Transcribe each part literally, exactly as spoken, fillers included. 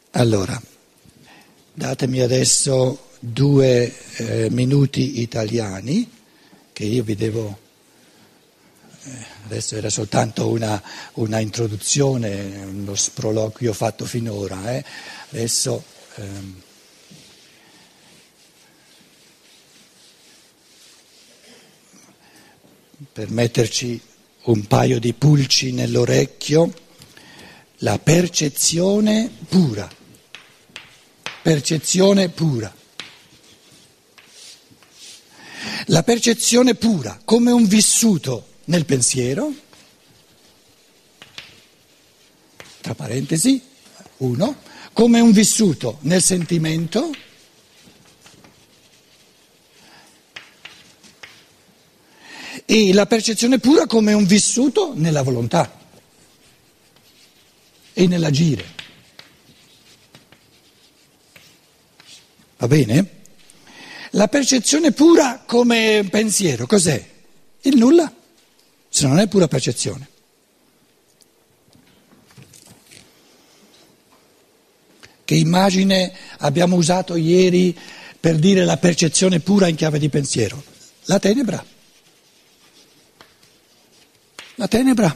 Allora, datemi adesso due eh, minuti italiani, che io vi devo, eh, adesso era soltanto una, una introduzione, uno sproloquio fatto finora, eh. Adesso ehm, per metterci un paio di pulci nell'orecchio, la percezione pura. Percezione pura. La percezione pura come un vissuto nel pensiero, tra parentesi, uno, come un vissuto nel sentimento, e la percezione pura come un vissuto nella volontà e nell'agire. Va bene? La percezione pura come pensiero, cos'è? Il nulla, se non è pura percezione. Che immagine abbiamo usato ieri per dire la percezione pura in chiave di pensiero? La tenebra. La tenebra.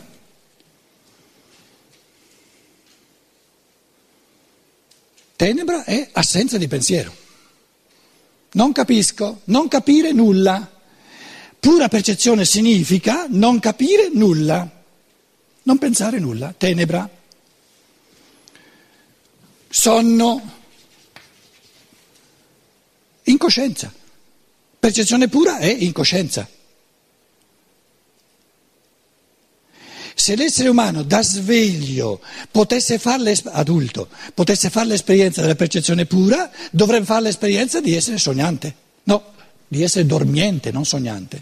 Tenebra è assenza di pensiero. Non capisco, non capire nulla. Pura percezione significa non capire nulla, non pensare nulla. Tenebra. Sonno. Incoscienza. Percezione pura è incoscienza. Se l'essere umano da sveglio potesse fare adulto, potesse fare l'esperienza della percezione pura, dovrebbe fare l'esperienza di essere sognante, no, di essere dormiente, non sognante.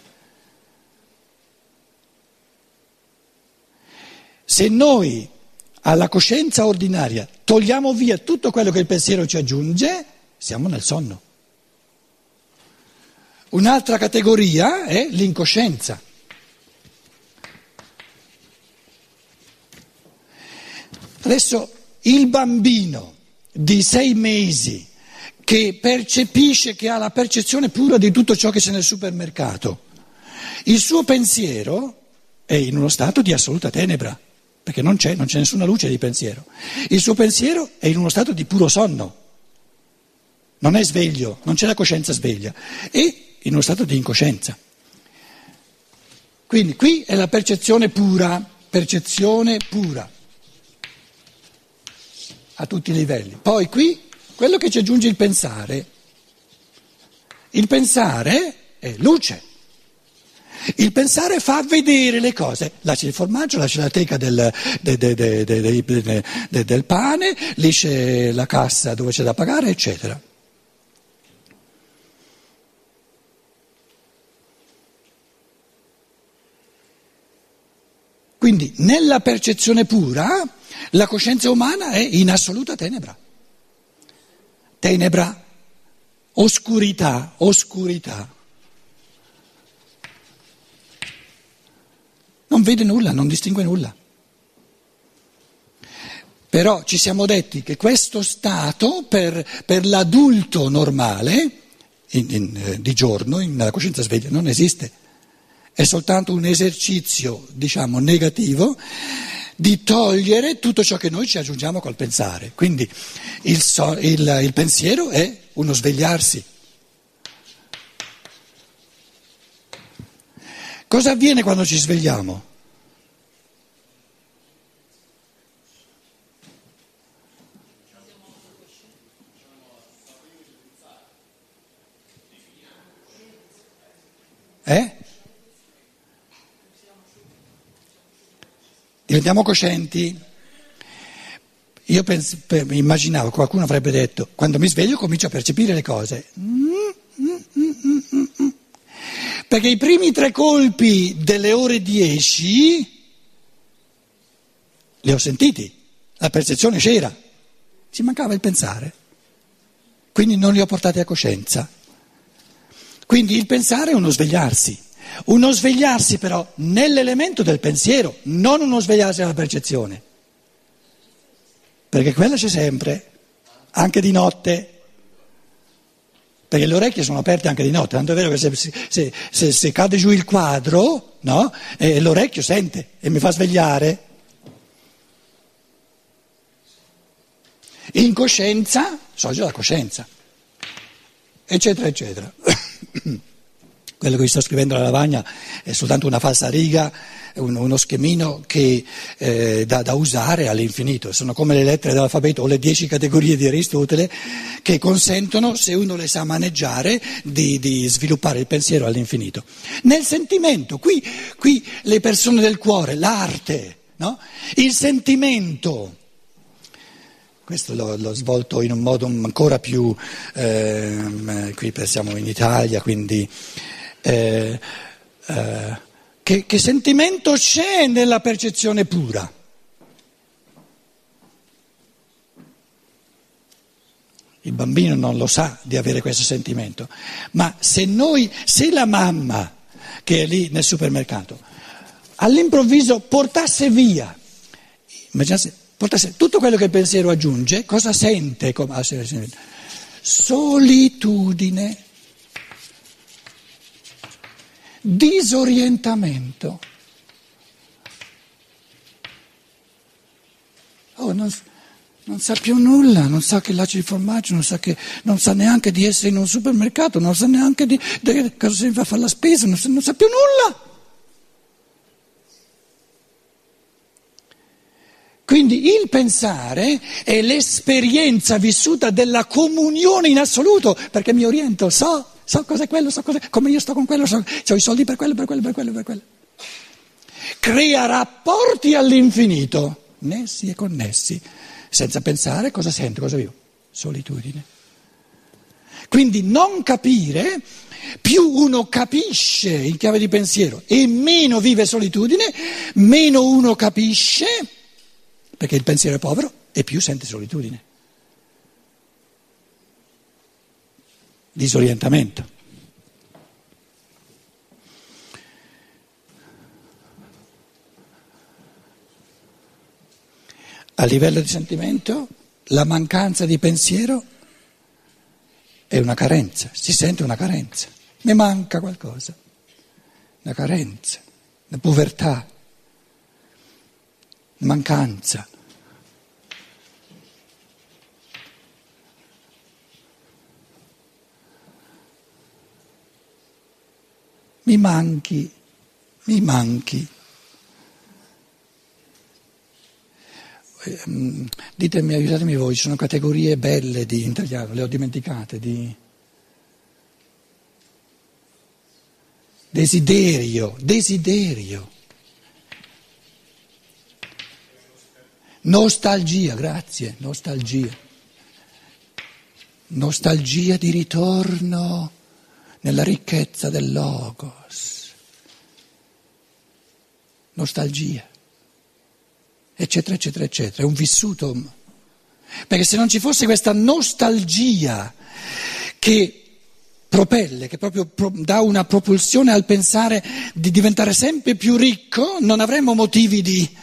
Se noi alla coscienza ordinaria togliamo via tutto quello che il pensiero ci aggiunge, siamo nel sonno. Un'altra categoria è l'incoscienza. Adesso il bambino di sei mesi che percepisce, che ha la percezione pura di tutto ciò che c'è nel supermercato, il suo pensiero è in uno stato di assoluta tenebra, perché non c'è, non c'è nessuna luce di pensiero. Il suo pensiero è in uno stato di puro sonno, non è sveglio, non c'è la coscienza sveglia, è in uno stato di incoscienza. Quindi qui è la percezione pura, percezione pura. A tutti i livelli. Poi qui, quello che ci aggiunge il pensare, il pensare è luce. Il pensare fa vedere le cose. Là c'è il formaggio, là c'è la teca del, de, de, de, de, de, de, del pane, lì c'è la cassa dove c'è da pagare, eccetera. Quindi nella percezione pura la coscienza umana è in assoluta tenebra. Tenebra, oscurità, oscurità. Non vede nulla, non distingue nulla. Però ci siamo detti che questo stato per, per l'adulto normale, in, in, di giorno, nella coscienza sveglia, non esiste. È soltanto un esercizio, diciamo, negativo di togliere tutto ciò che noi ci aggiungiamo col pensare. Quindi il, so, il, il pensiero è uno svegliarsi. Cosa avviene quando ci svegliamo? Eh? Diventiamo coscienti? Io pens- immaginavo, qualcuno avrebbe detto, quando mi sveglio comincio a percepire le cose. Mm, mm, mm, mm, mm. Perché i primi tre colpi delle ore dieci li ho sentiti, la percezione c'era, ci mancava il pensare, quindi non li ho portati a coscienza. Quindi il pensare è uno svegliarsi. Uno svegliarsi però nell'elemento del pensiero, non uno svegliarsi alla percezione, perché quella c'è sempre. anche di notte. Perché le orecchie sono aperte anche di notte, tanto è vero che se, se, se, se cade giù il quadro, no? E l'orecchio sente e mi fa svegliare. In coscienza, sorge la coscienza, eccetera, eccetera. Quello che vi sto scrivendo alla lavagna è soltanto una falsa riga, un, uno schemino che, eh, da, da usare all'infinito. Sono come le lettere dell'alfabeto o le dieci categorie di Aristotele che consentono, se uno le sa maneggiare, di, di sviluppare il pensiero all'infinito. Nel sentimento, qui, qui le persone del cuore, l'arte, no? Il sentimento. Questo l'ho, l'ho svolto in un modo ancora più, eh, qui siamo in Italia, quindi... Eh, eh, che, che sentimento c'è nella percezione pura? Il bambino non lo sa di avere questo sentimento, ma se noi, se la mamma che è lì nel supermercato all'improvviso portasse via, immaginate, portasse tutto quello che il pensiero aggiunge, cosa sente? Solitudine. Disorientamento. Oh, non, non sa più nulla, non sa che là c'è il formaggio, non sa, che, non sa neanche di essere in un supermercato, non sa neanche di, di cosa si va a fare la spesa, non sa, non sa più nulla. Quindi il pensare è l'esperienza vissuta della comunione in assoluto, perché mi oriento, so. So cos'è quello, so cos'è, come io sto con quello, so, ho i soldi per quello, per quello, per quello, per quello. Crea rapporti all'infinito, nessi e connessi, senza pensare cosa sento, cosa vivo. Solitudine. Quindi non capire, più uno capisce in chiave di pensiero e meno vive solitudine, meno uno capisce, perché il pensiero è povero, e più sente solitudine. Disorientamento. A livello di sentimento, la mancanza di pensiero è una carenza, si sente una carenza, mi manca qualcosa, una carenza, una povertà, mancanza. Mi manchi, mi manchi. Ditemi, aiutatemi voi, ci sono categorie belle di in italiano, le ho dimenticate, di desiderio, desiderio. Nostalgia, grazie, nostalgia. Nostalgia di ritorno nella ricchezza del Logos, nostalgia, eccetera, eccetera, eccetera. È un vissuto, perché se non ci fosse questa nostalgia che propelle, che proprio dà una propulsione al pensare di diventare sempre più ricco, non avremmo motivi di...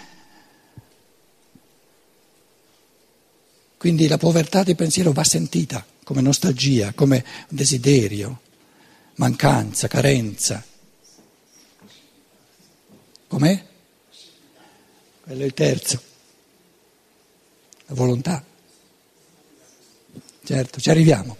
Quindi la povertà di pensiero va sentita come nostalgia, come desiderio. Mancanza, carenza. Com'è? Quello è il terzo. La volontà. Certo, ci arriviamo.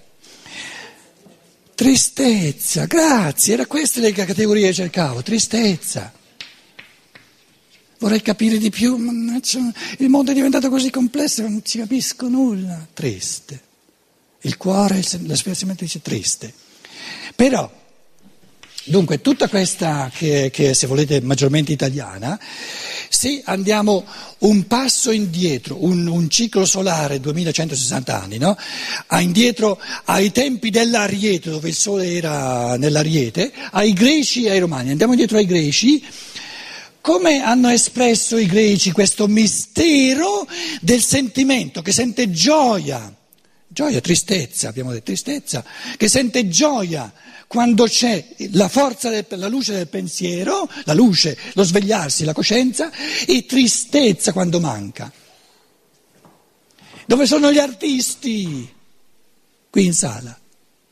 Tristezza, grazie, era queste le categorie che cercavo, tristezza. Vorrei capire di più, ma il mondo è diventato così complesso che non ci capisco nulla. Triste. Il cuore, l'espressione dice triste. Però, dunque, tutta questa che, che se volete maggiormente italiana, se andiamo un passo indietro, un, un ciclo solare duemilacentosessanta anni, no? A indietro ai tempi dell'Ariete, dove il sole era nell'Ariete, ai greci e ai romani, andiamo indietro ai greci, come hanno espresso i greci questo mistero del sentimento che sente gioia? Gioia, tristezza, abbiamo detto tristezza, che sente gioia quando c'è la forza, del, la luce del pensiero, la luce, lo svegliarsi, la coscienza, e tristezza quando manca. Dove sono gli artisti? Qui in sala.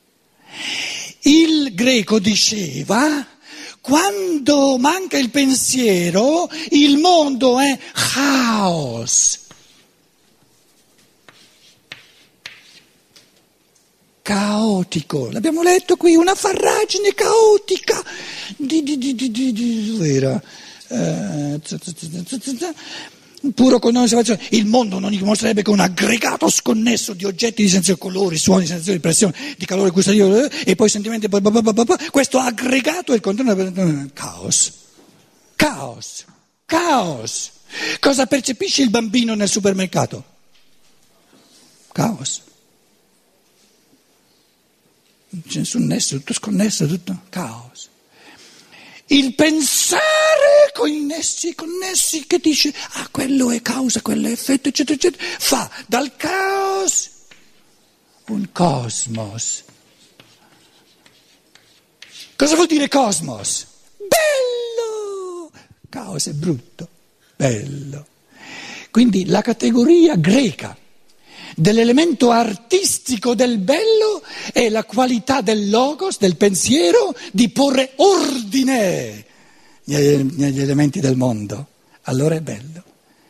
Il greco diceva, quando manca il pensiero, il mondo è caos. Caotico, l'abbiamo letto qui, una farragine caotica. Di, di, di, di, di, di, dove era? Eh, puro con osservazione. Il mondo non dimostrerebbe che un aggregato sconnesso di oggetti di sensazioni, colori, suoni, sensazioni, pressione, di calore gustativo e poi sentimenti. Questo aggregato è il contorno. Caos. Caos. Caos. Cosa percepisce il bambino nel supermercato? Caos. Non c'è nessun nesso, tutto sconnesso, tutto caos. Il pensare con i nessi connessi che dice, ah, quello è causa, quello è effetto, eccetera, eccetera, fa dal caos un cosmos. Cosa vuol dire cosmos? Bello! Caos è brutto, bello. Quindi la categoria greca dell'elemento artistico del bello è la qualità del logos, del pensiero, di porre ordine negli elementi del mondo. Allora è bello.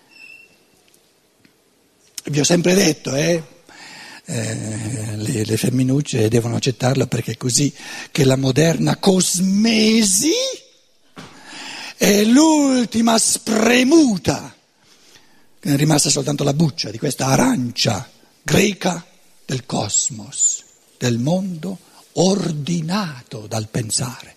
Vi ho sempre detto, eh, eh, le, le femminucce devono accettarlo perché è così che la moderna cosmesi è l'ultima spremuta, che è rimasta soltanto la buccia di questa arancia greca del cosmos, del mondo ordinato dal pensare.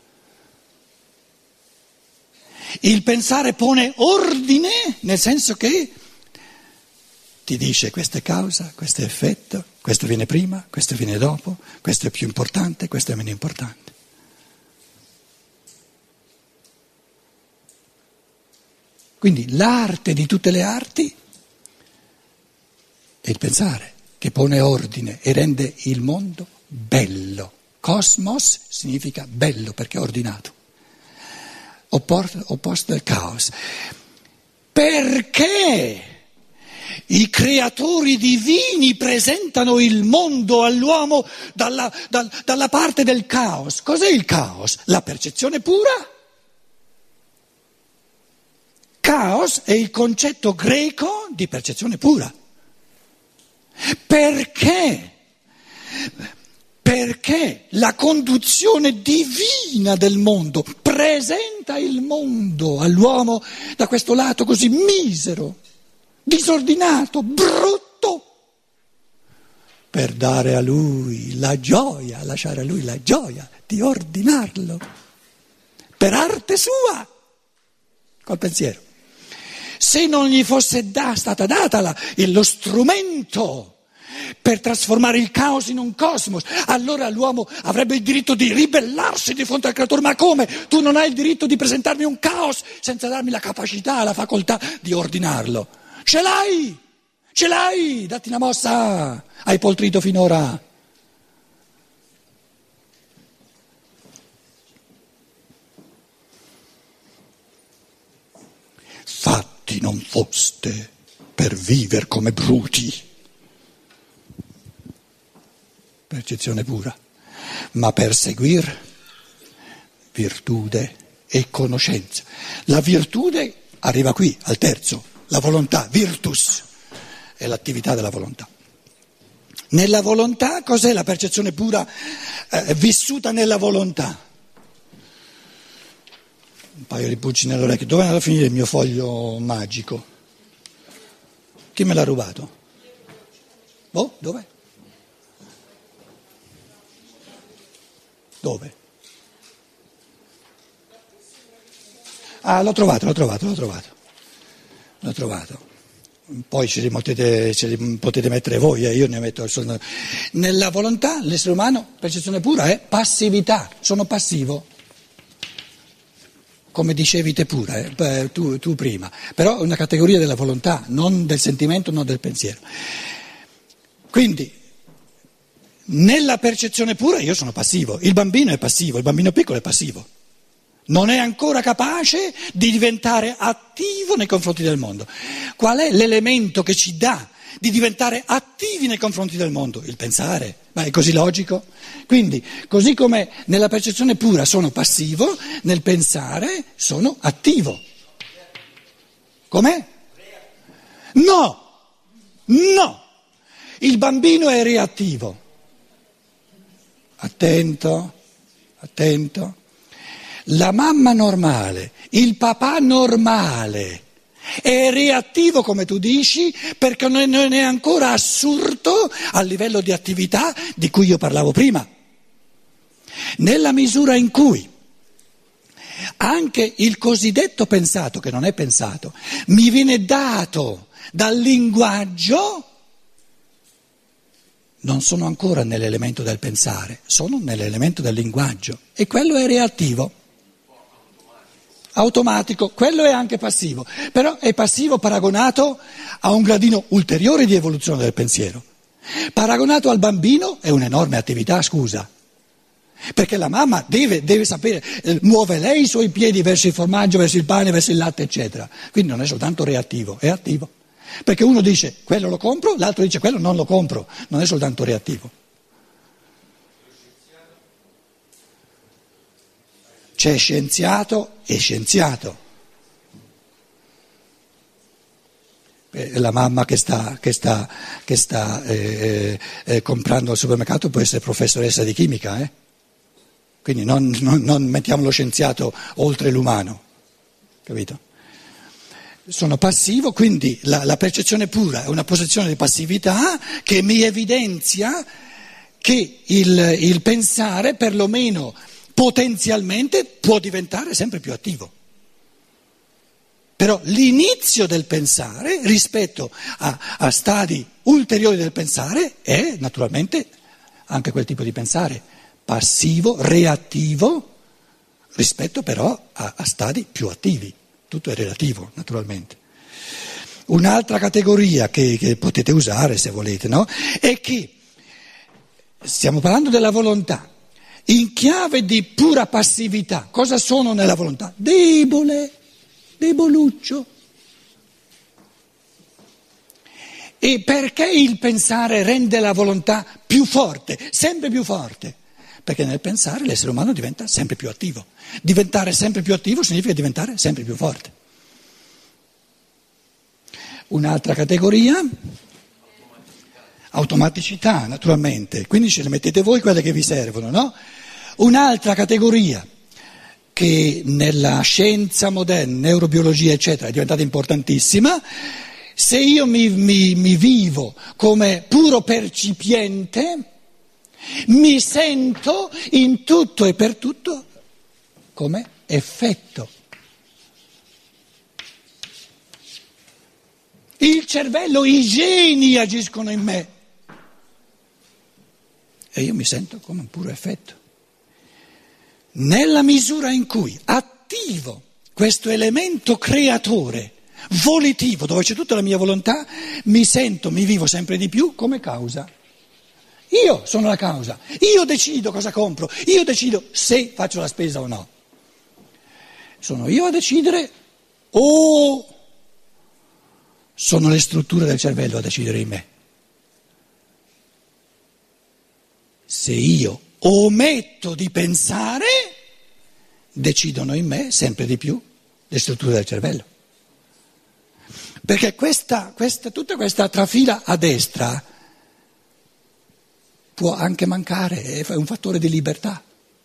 Il pensare pone ordine nel senso che ti dice questo è causa, questo è effetto, questo viene prima, questo viene dopo, questo è più importante, questo è meno importante. Quindi l'arte di tutte le arti è il pensare che pone ordine e rende il mondo bello. Cosmos significa bello perché è ordinato, opposto, opposto al caos. Perché i creatori divini presentano il mondo all'uomo dalla, dal, dalla parte del caos? Cos'è il caos? La percezione pura? Caos è il concetto greco di percezione pura. Perché? Perché la conduzione divina del mondo presenta il mondo all'uomo da questo lato così misero, disordinato, brutto, per dare a lui la gioia, lasciare a lui la gioia di ordinarlo, per arte sua, col pensiero. Se non gli fosse da, stata data la, lo strumento per trasformare il caos in un cosmos, allora l'uomo avrebbe il diritto di ribellarsi di fronte al creatore. Ma come? Tu non hai il diritto di presentarmi un caos senza darmi la capacità, la facoltà di ordinarlo. Ce l'hai! Ce l'hai! Datti una mossa! Hai poltrito finora. Fatti non foste per viver come bruti, percezione pura, ma per seguir virtude e conoscenza. La virtude arriva qui, al terzo, la volontà, virtus, è l'attività della volontà. Nella volontà, cos'è la percezione pura eh, vissuta nella volontà? Un paio di pulci nell'orecchio. Dove è andato a finire il mio foglio magico? Chi me l'ha rubato? Oh, dove? Dove? Ah, l'ho trovato, l'ho trovato, l'ho trovato. L'ho trovato. Poi ce li potete, ce li potete mettere voi, eh, io ne metto solo. Nella volontà, l'essere umano, percezione pura è passività, sono passivo. Come dicevi te pure, eh, tu, tu prima, però è una categoria della volontà, non del sentimento, non del pensiero. Quindi, nella percezione pura io sono passivo, il bambino è passivo, il bambino piccolo è passivo, non è ancora capace di diventare attivo nei confronti del mondo. Qual è l'elemento che ci dà di diventare attivi nei confronti del mondo, il pensare, ma è così logico. Quindi, così come nella percezione pura sono passivo, nel pensare sono attivo. Com'è? No, no, il bambino è reattivo. Attento, attento. La mamma normale, il papà normale è reattivo, come tu dici, perché non è ancora assurto al livello di attività di cui io parlavo prima. Nella misura in cui anche il cosiddetto pensato, che non è pensato, mi viene dato dal linguaggio, non sono ancora nell'elemento del pensare, sono nell'elemento del linguaggio e quello è reattivo. Automatico, quello è anche passivo, però è passivo paragonato a un gradino ulteriore di evoluzione del pensiero. Paragonato al bambino è un'enorme attività, scusa, perché la mamma deve, deve sapere, eh, muove lei i suoi piedi verso il formaggio, verso il pane, verso il latte, eccetera. Quindi non è soltanto reattivo, è attivo. Perché uno dice quello lo compro, l'altro dice quello non lo compro, non è soltanto reattivo. C'è scienziato e scienziato. La mamma che sta, che sta, che sta eh, eh, comprando al supermercato può essere professoressa di chimica, eh? Quindi non, non, non mettiamo lo scienziato oltre l'umano, capito? Sono passivo, quindi la, la percezione pura è una posizione di passività che mi evidenzia che il, il pensare perlomeno potenzialmente può diventare sempre più attivo. Però l'inizio del pensare rispetto a, a stadi ulteriori del pensare è naturalmente anche quel tipo di pensare passivo, reattivo, rispetto però a, a stadi più attivi. Tutto è relativo, naturalmente. Un'altra categoria che, che potete usare se volete, no? È che stiamo parlando della volontà. In chiave di pura passività, cosa sono nella volontà? Debole, deboluccio. E perché il pensare rende la volontà più forte, sempre più forte? Perché nel pensare l'essere umano diventa sempre più attivo. Diventare sempre più attivo significa diventare sempre più forte. Un'altra categoria? Automaticità, naturalmente. Quindi ce le mettete voi quelle che vi servono, no? Un'altra categoria che nella scienza moderna, neurobiologia, eccetera, è diventata importantissima. Se io mi, mi, mi vivo come puro percipiente, mi sento in tutto e per tutto come effetto. Il cervello, i geni agiscono in me e io mi sento come un puro effetto. Nella misura in cui attivo questo elemento creatore, volitivo, dove c'è tutta la mia volontà, mi sento, mi vivo sempre di più come causa. Io sono la causa, io decido cosa compro, io decido se faccio la spesa o no. Sono io a decidere o sono le strutture del cervello a decidere in me? Se io ometto di pensare, decidono in me sempre di più le strutture del cervello. Perché questa, questa, tutta questa trafila a destra può anche mancare, è un fattore di libertà.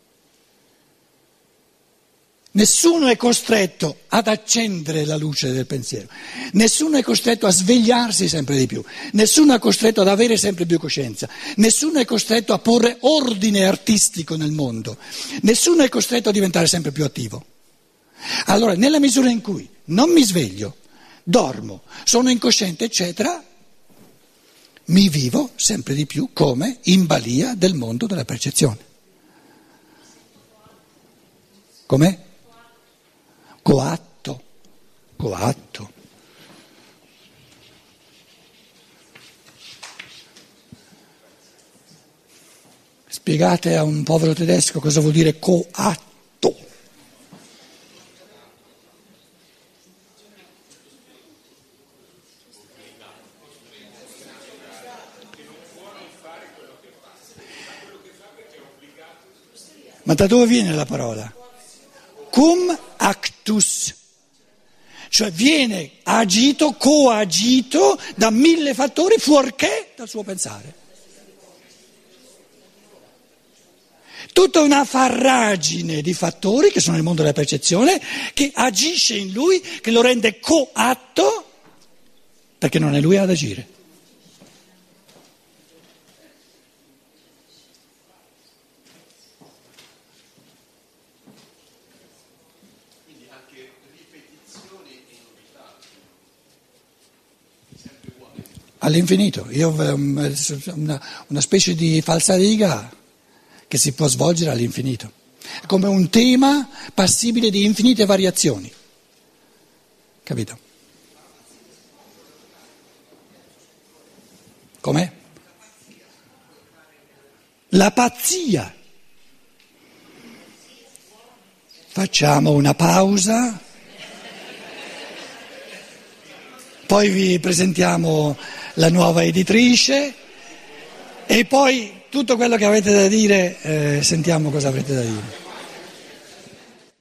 Nessuno è costretto ad accendere la luce del pensiero, nessuno è costretto a svegliarsi sempre di più, nessuno è costretto ad avere sempre più coscienza, nessuno è costretto a porre ordine artistico nel mondo, nessuno è costretto a diventare sempre più attivo. Allora, nella misura in cui non mi sveglio, dormo, sono incosciente, eccetera, mi vivo sempre di più come in balia del mondo della percezione. Com'è? Coatto, coatto. Spiegate a un povero tedesco cosa vuol dire coatto. Ma da dove viene la parola? Cum actus, cioè viene agito, coagito da mille fattori fuorché dal suo pensare. Tutta una farragine di fattori che sono nel mondo della percezione, che agisce in lui, che lo rende coatto, perché non è lui ad agire. Quindi anche ripetizione e novità, sempre uguale. All'infinito, io una, una specie di falsariga che si può svolgere all'infinito, è come un tema passibile di infinite variazioni, capito? Com'è? La pazzia. Facciamo una pausa, poi vi presentiamo la nuova editrice e poi tutto quello che avete da dire, eh, sentiamo cosa avrete da dire.